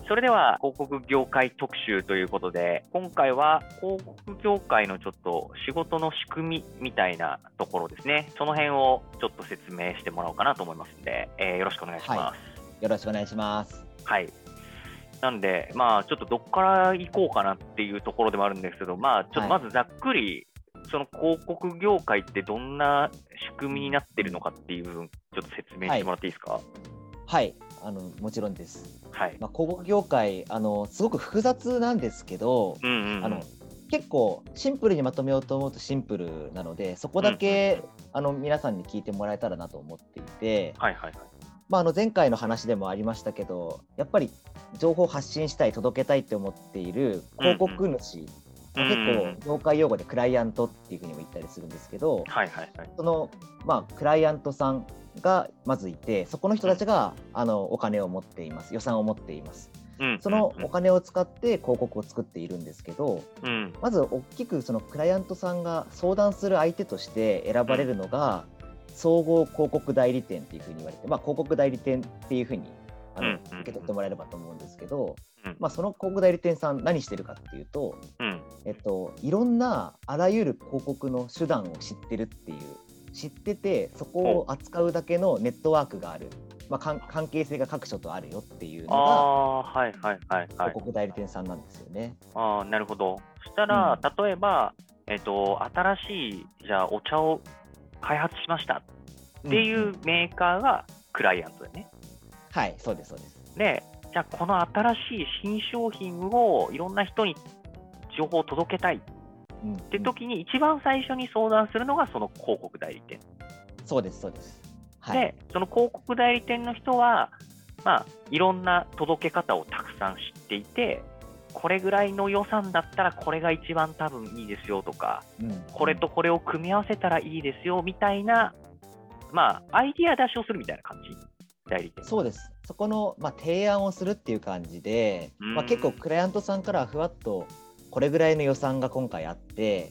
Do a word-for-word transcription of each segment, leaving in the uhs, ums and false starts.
それでは広告業界特集ということで、今回は広告業界のちょっと仕事の仕組みみたいなところですね。その辺をちょっと説明してもらおうかなと思いますので、えー、よろしくお願いします。 はい、よろしくお願いします。 はい。なんで、まあちょっとどこから行こうかなっていうところでもあるんですけど、まあちょっとまずざっくり、はい、その広告業界ってどんな仕組みになってるのかっていう部分、ちょっと説明してもらっていいですか？ はい、はい、あのもちろんです。 はい。 まあ、広告業界あのすごく複雑なんですけど、うんうんうん、あの結構シンプルにまとめようと思うとシンプルなので、そこだけ、うんうん、あの皆さんに聞いてもらえたらなと思っていて、はいはいはい。まあ、あの前回の話でもありましたけど、やっぱり情報を発信したい、届けたいって思っている広告主、うんうん、結構業界用語でクライアントっていうふうにも言ったりするんですけど、はいはいはい、その、まあ、クライアントさんがまずいて、そこの人たちが、うん、あのお金を持っています、予算を持っています、うん、そのお金を使って広告を作っているんですけど、うん、まず大きくそのクライアントさんが相談する相手として選ばれるのが、うん、総合広告代理店っていうふうに言われて、まあ、広告代理店っていうふうにあの、うん、受け取ってもらえればと思うんですけど、うんまあ、その広告代理店さん何してるかっていうと、うんえっと、いろんなあらゆる広告の手段を知ってるっていう、知っててそこを扱うだけのネットワークがある、まあ、関係性が各所とあるよっていうのが広告代理店さんなんですよね。 あ、なるほど。そしたら、うん、例えば、えっと、新しいじゃあお茶を開発しましたっていうメーカーがクライアントだよね。 うんうん、はい、そうですそうです。 で、じゃあこの新しい新商品をいろんな人に情報を届けたいって時に一番最初に相談するのがその広告代理店。 そうですそうです。 はい、で、その広告代理店の人は、まあ、いろんな届け方をたくさん知っていて、これぐらいの予算だったらこれが一番多分いいですよとか、うん、これとこれを組み合わせたらいいですよみたいな、まあ、アイディア出しをするみたいな感じ。代理店。 そうです。そこの、まあ、提案をするっていう感じで、まあ、結構クライアントさんからふわっとこれぐらいの予算が今回あって、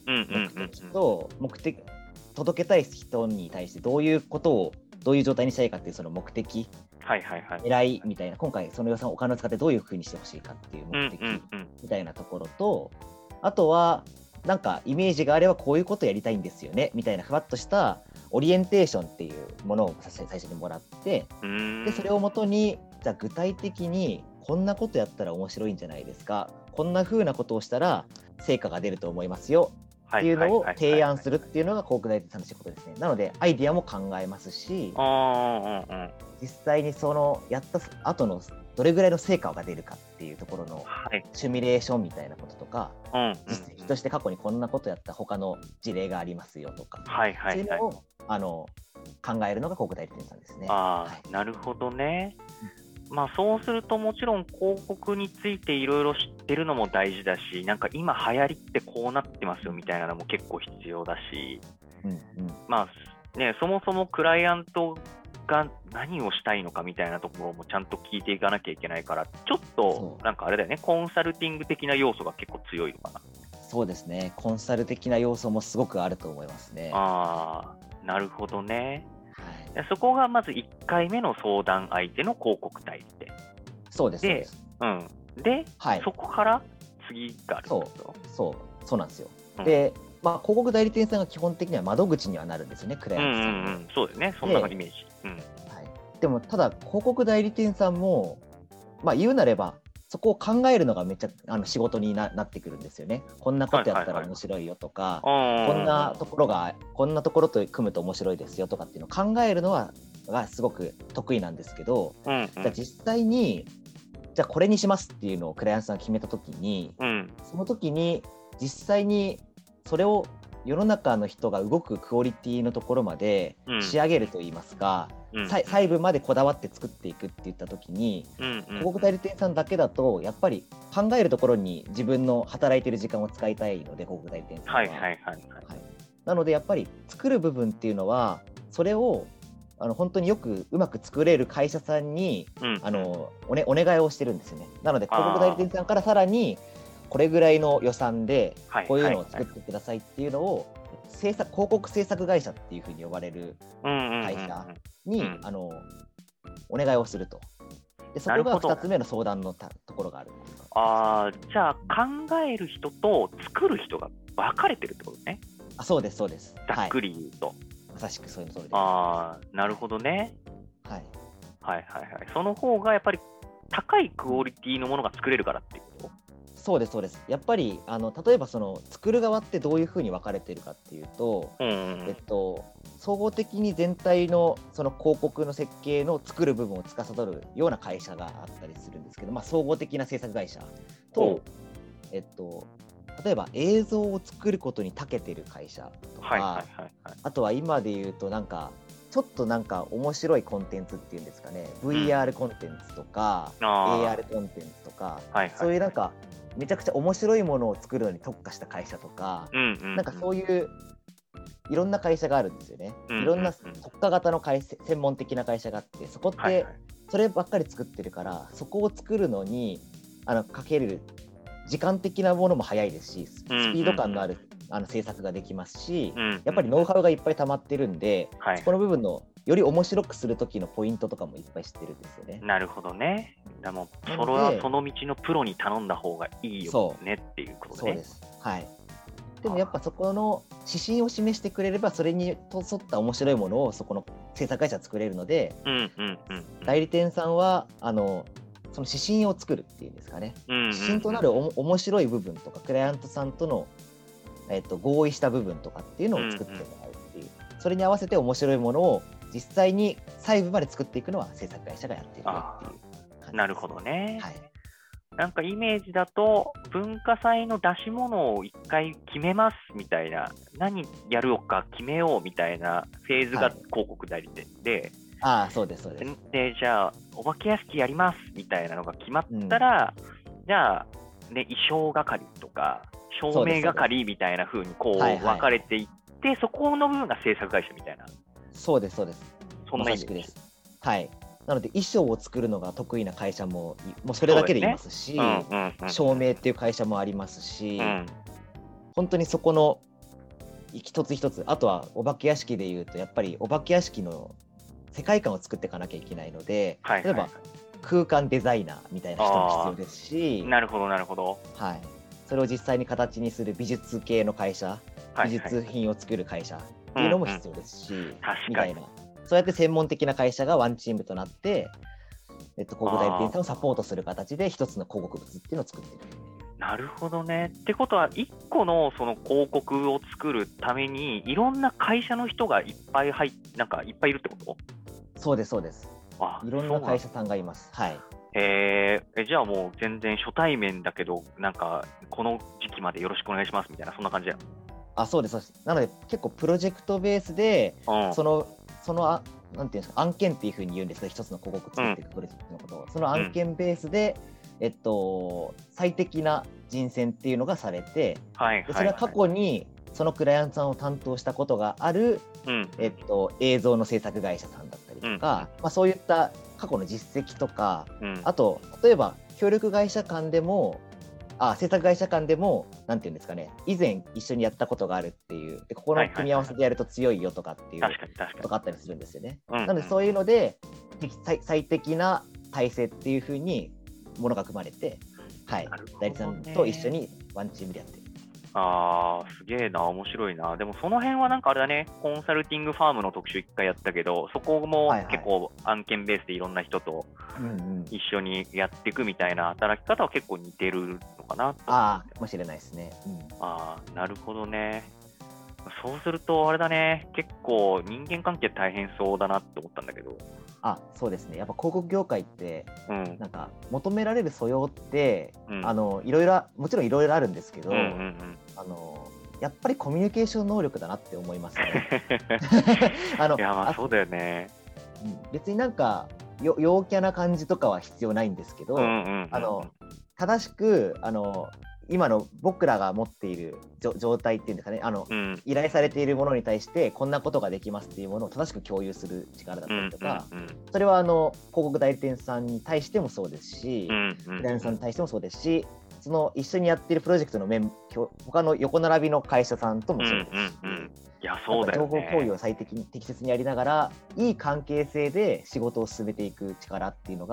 うんうんうんうん、目的と目的届けたい人に対してどういうことをどういう状態にしたいかっていうその目的、はいはいはい、狙いみたいな、今回その予算お金を使ってどういうふうにしてほしいかっていう目的みたいなところと、うんうんうん、あとはなんかイメージがあればこういうことやりたいんですよねみたいなふわっとしたオリエンテーションっていうものを最初にもらって、でそれをもとにじゃあ具体的にこんなことやったら面白いんじゃないですか、こんな風なことをしたら成果が出ると思いますよっていうのを提案するっていうのが広告代理店さんの仕事ですね。なのでアイディアも考えますし、実際にそのやった後のどれぐらいの成果が出るかっていうところのシミュレーションみたいなこととか、はい、実績として過去にこんなことやった他の事例がありますよとか、はいはいはい、そういうのをあの考えるのが広告代理店さんですね。 あ、はい、なるほどね。まあ、そうするともちろん広告についていろいろ知ってるのも大事だし、なんか今流行りってこうなってますよみたいなのも結構必要だし、うんうん、まあね、そもそもクライアントが何をしたいのかみたいなところもちゃんと聞いていかなきゃいけないから、ちょっとなんかあれだよね、コンサルティング的な要素が結構強いのかな。 そうですね、コンサル的な要素もすごくあると思いますね。 ああ、なるほどね。はい、そこがまずいっかいめの相談相手の広告代理店。 そうですで、 うん、で、はい、そこから次があるんですよ。 そうそうそうなんですよ。うん、で、まあ、広告代理店さんが基本的には窓口にはなるんですよね、クライアントさんの。うんうんうん、 そうですね、そんなイメージ。うんはい、 でもただ広告代理店さんも、まあ、言うなればそこを考えるのがめっちゃあの仕事に な, なってくるんですよね。こんなことやったら面白いよとか、はいはいはい、こんなところがこんなところと組むと面白いですよとかっていうのを考えるのはがすごく得意なんですけど、うんうん、じゃあ実際にじゃあこれにしますっていうのをクライアントさんが決めた時に、うん、その時に実際にそれを世の中の人が動くクオリティのところまで仕上げるといいますか、うん、細部までこだわって作っていくっていった時に、うんうん、広告代理店さんだけだとやっぱり考えるところに自分の働いてる時間を使いたいので、広告代理店さんは、はいはいはいはい、なのでやっぱり作る部分っていうのはそれをあの本当によくうまく作れる会社さんに、うん、あの お, ね、お願いをしてるんですよね。なので広告代理店さんからさらにこれぐらいの予算でこういうのを作ってくださいっていうのを制作広告制作会社っていうふうに呼ばれる会社に、うんうんうんうん、あのお願いをすると。 でそこがふたつめの相談のたところがあるっていう。 ああ、じゃあ考える人と作る人が分かれてるってことね。 あ、そうですそうです。 ざっくり言うと。はい、 まさしくそういうの通りです。 ああ、なるほどね。 はい。 はいはいはい。その方がやっぱり高いクオリティのものが作れるからっていうこと？ そうですそうです。やっぱりあの例えばその作る側ってどういうふうに分かれてるかっていうと、 うんうん、 えっと総合的に全体のその広告の設計の作る部分を司るような会社があったりするんですけど、まあ、総合的な制作会社と、えっと例えば映像を作ることに長けてる会社とか、はいはいはいはい、あとは今で言うとなんかちょっとなんか面白いコンテンツっていうんですかね、 ブイアール コンテンツとか、うん、エーアール コンテンツとか、はいはいはい、そういうなんかめちゃくちゃ面白いものを作るのに特化した会社とか、うんうんうん、なんかそういういろんな会社があるんですよね、うんうんうん、いろんな特化型の会社、専門的な会社があって、そこってそればっかり作ってるから、はいはい、そこを作るのにあのかける時間的なものも早いですし、スピード感のある、うんうんうん、あの制作ができますし、うんうん、やっぱりノウハウがいっぱい溜まってるんで、はい、そこの部分のより面白くする時のポイントとかもいっぱい知ってるんですよね。 なるほどね。でもそれはその道のプロに頼んだ方がいいよねっていうことね。 そうです。はい。でもやっぱそこの指針を示してくれれば、それに沿った面白いものをそこの制作会社は作れるので、うんうんうんうん、代理店さんはあのその指針を作るっていうんですかね、うんうんうん、指針となるお面白い部分とかクライアントさんとの、えっと、合意した部分とかっていうのを作ってもらうっていう、うんうん、それに合わせて面白いものを実際に細部まで作っていくのは制作会社がやってるよっていう感じです。 なるほどね、 はい、 なんかイメージだと文化祭の出し物を一回決めますみたいな、何やるのか決めようみたいなフェーズが広告代理店で、はい、 ああそうですそうです。 でじゃあお化け屋敷やりますみたいなのが決まったら、うん、じゃあ、ね、衣装係とか照明係みたいな風にこう分かれていって、はいはい、そこの部分が制作会社みたいな。 そうですそうです。 そんなイメージです。 はい。なので衣装を作るのが得意な会社ももうそれだけでいますし、ね、うんうんうん、照明っていう会社もありますし、うん、本当にそこの一つ一つ、あとはお化け屋敷でいうとやっぱりお化け屋敷の世界観を作っていかなきゃいけないので、はいはいはい、例えば空間デザイナーみたいな人も必要ですし、 なるほどなるほど、 はい、それを実際に形にする美術系の会社、美術品を作る会社っていうのも必要ですし、うんうん、みたいな、そうやって専門的な会社がワンチームとなって、えっと、広告代理店さんをサポートする形で一つの広告物っていうのを作っている。 なるほどね。ってことは、いっこのその広告を作るために、いろんな会社の人がいっぱい入っなんかいっぱいいるってこと？ そうです、そうです。あ、いろんな会社さんがいます。はい。 えー、じゃあもう全然初対面だけど、なんかこの時期までよろしくお願いしますみたいな、そんな感じや。 あ、そうです、そうです。なので結構プロジェクトベースで、うん、そのそのあなんていうんですか、案件っていうふうに言うんですけど、一つの広告作っていくプロジェクトのことを、うん、その案件ベースで、うん、えっと、最適な人選っていうのがされて、はいはいはい、でそれは過去にそのクライアントさんを担当したことがある、うんえっと、映像の制作会社さんだったりとか、うんまあ、そういった過去の実績とか、うん、あと例えば協力会社間でもあ制作会社間でもなんていうんですかね、以前一緒にやったことがあるっていうで、ここの組み合わせでやると強いよとかっていうことがあったりするんですよね。なのでそういうので最, 最適な体制っていう風にものが組まれて、はい、代理さんと一緒にワンチームでやってる。 あー、すげえな、面白いな。でもその辺はなんかあれだね、コンサルティングファームの特集いっかいやったけど、そこも結構案件ベースでいろんな人と一緒にやっていくみたいな働き方は結構似てるのかなと。 ああ、かもしれないですね。うん、 ああ、なるほどね。そうするとあれだね、結構人間関係大変そうだなって思ったんだけど。 あ、そうですね。やっぱ広告業界って、うん、なんか求められる素養って、うん、あのいろいろもちろんいろいろあるんですけど、うんうんうん、あのやっぱりコミュニケーション能力だなって思いますね。 あのいやまあそうだよね。 別になんかよ陽キャな感じとかは必要ないんですけど、うんうんうん、あの正しくあの今の僕らが持っている状態っていうんですかね、あの、うん、依頼されているものに対してこんなことができますっていうものを正しく共有する力だったりとか、うんうんうん、それはあの広告代理店さんに対してもそうですし、うんうんうん、依頼者さんに対してもそうですし、その一緒にやっているプロジェクトの面他の横並びの会社さんともそうですし、うんうんうん、いやそうだよね、情報共有を最適に適切にやりながらいい関係性で仕事を進めていく力っていうのが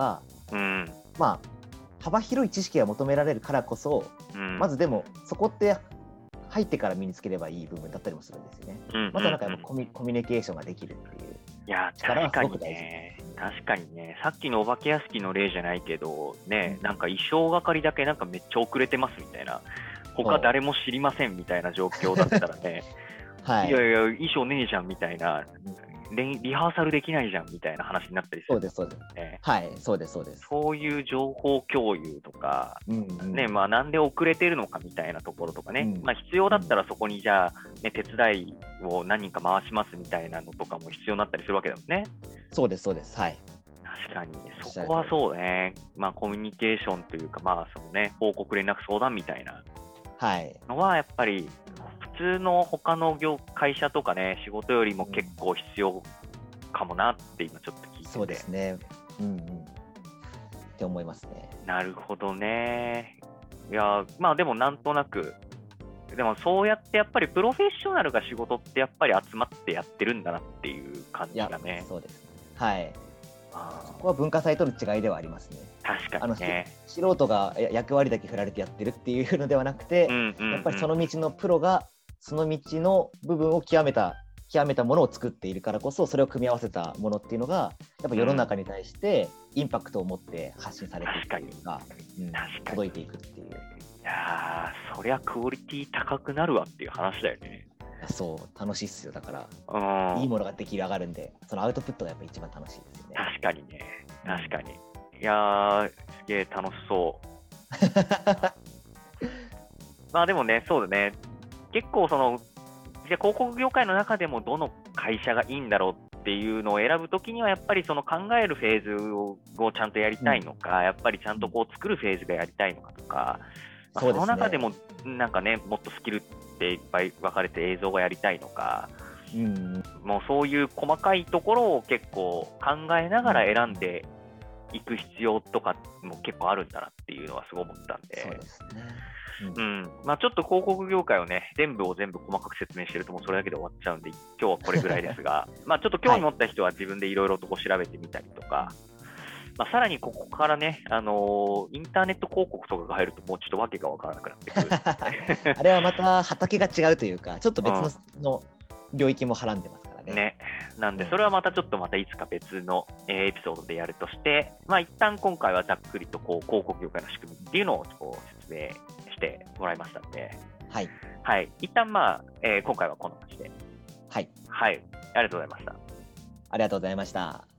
うん、 まあ幅広い知識が求められるからこそ、うん、まずでもそこって入ってから身につければいい部分だったりもするんですよね。うんうんうん、まずはなんかやっぱコミ、コミュニケーションができるっていう力はすごく大事です。 確かにね、さっきのお化け屋敷の例じゃないけど、ね、うん、なんか衣装係だけなんかめっちゃ遅れてますみたいな、他誰も知りませんみたいな状況だったらね、はい、いやいや、衣装ねえじゃんみたいな、リ、リハーサルできないじゃんみたいな話になったりする、ね。 そうです、そうです。はい、そうです、そうです。 そういう情報共有とか、うんうん、ね、まあ、なんで遅れてるのかみたいなところとかね、うん、まあ、必要だったらそこにじゃあ、ね、手伝いを何人か回しますみたいなのとかも必要になったりするわけだもんね。 そうです、そうです。はい。 確かに、そこはそうね、まあ、コミュニケーションというか、まあ、そのね、報告連絡相談みたいなのは、やっぱり、普通の他の業会社とかね、仕事よりも結構必要かもなって今ちょっと聞いてて。 そうですね。うんうん。って思いますね。 なるほどね。いや、まあでもなんとなく、でもそうやってやっぱりプロフェッショナルが仕事ってやっぱり集まってやってるんだなっていう感じがね。 そうです。はい。そこは文化祭との違いではありますね。 確かにね。 あの素人が役割だけ振られてやってるっていうのではなくて、うんうんうん、やっぱりその道のプロがその道の部分を極めた極めたものを作っているからこそ、それを組み合わせたものっていうのがやっぱ世の中に対してインパクトを持って発信されていくというか、うん、届いていくっていう。いやー、そりゃクオリティ高くなるわっていう話だよね。 そう楽しいっすよ。だからいいものが出来上がるんで、そのアウトプットがやっぱ一番楽しいですよね。 確かにね、確かに。いやー、すげえ楽しそうまあでもね、そうだね、結構そのじゃあ広告業界の中でもどの会社がいいんだろうっていうのを選ぶときにはやっぱりその考えるフェーズををちゃんとやりたいのか、うん、やっぱりちゃんとこう作るフェーズがやりたいのかとか、まあ、その中でもなんかね、もっとスキルっていっぱい分かれて映像がやりたいのか、うん、もうそういう細かいところを結構考えながら選んでいく必要とかも結構あるんだなっていうのはすごい思ったんで。 そうですね。 うんうんまあ、ちょっと広告業界をね、全部を全部細かく説明してるともうそれだけで終わっちゃうんで、今日はこれぐらいですが、まあちょっと興味持った人は自分でいろいろとこう調べてみたりとか、まあ、さらにここからね、あのー、インターネット広告とかが入るともうちょっとわけが分からなくなってくるあれはまた畑が違うというか、ちょっと別の,、の領域もはらんでますからね。 ね。なんで、それはまたちょっとまたいつか別のエピソードでやるとして、まあ一旦今回はざっくりとこう広告業界の仕組みっていうのをこう説明してもらいましたので、 はい。 はい。一旦まあ、えー、今回はこんな感じで。 はい。 はい。ありがとうございました。 ありがとうございました。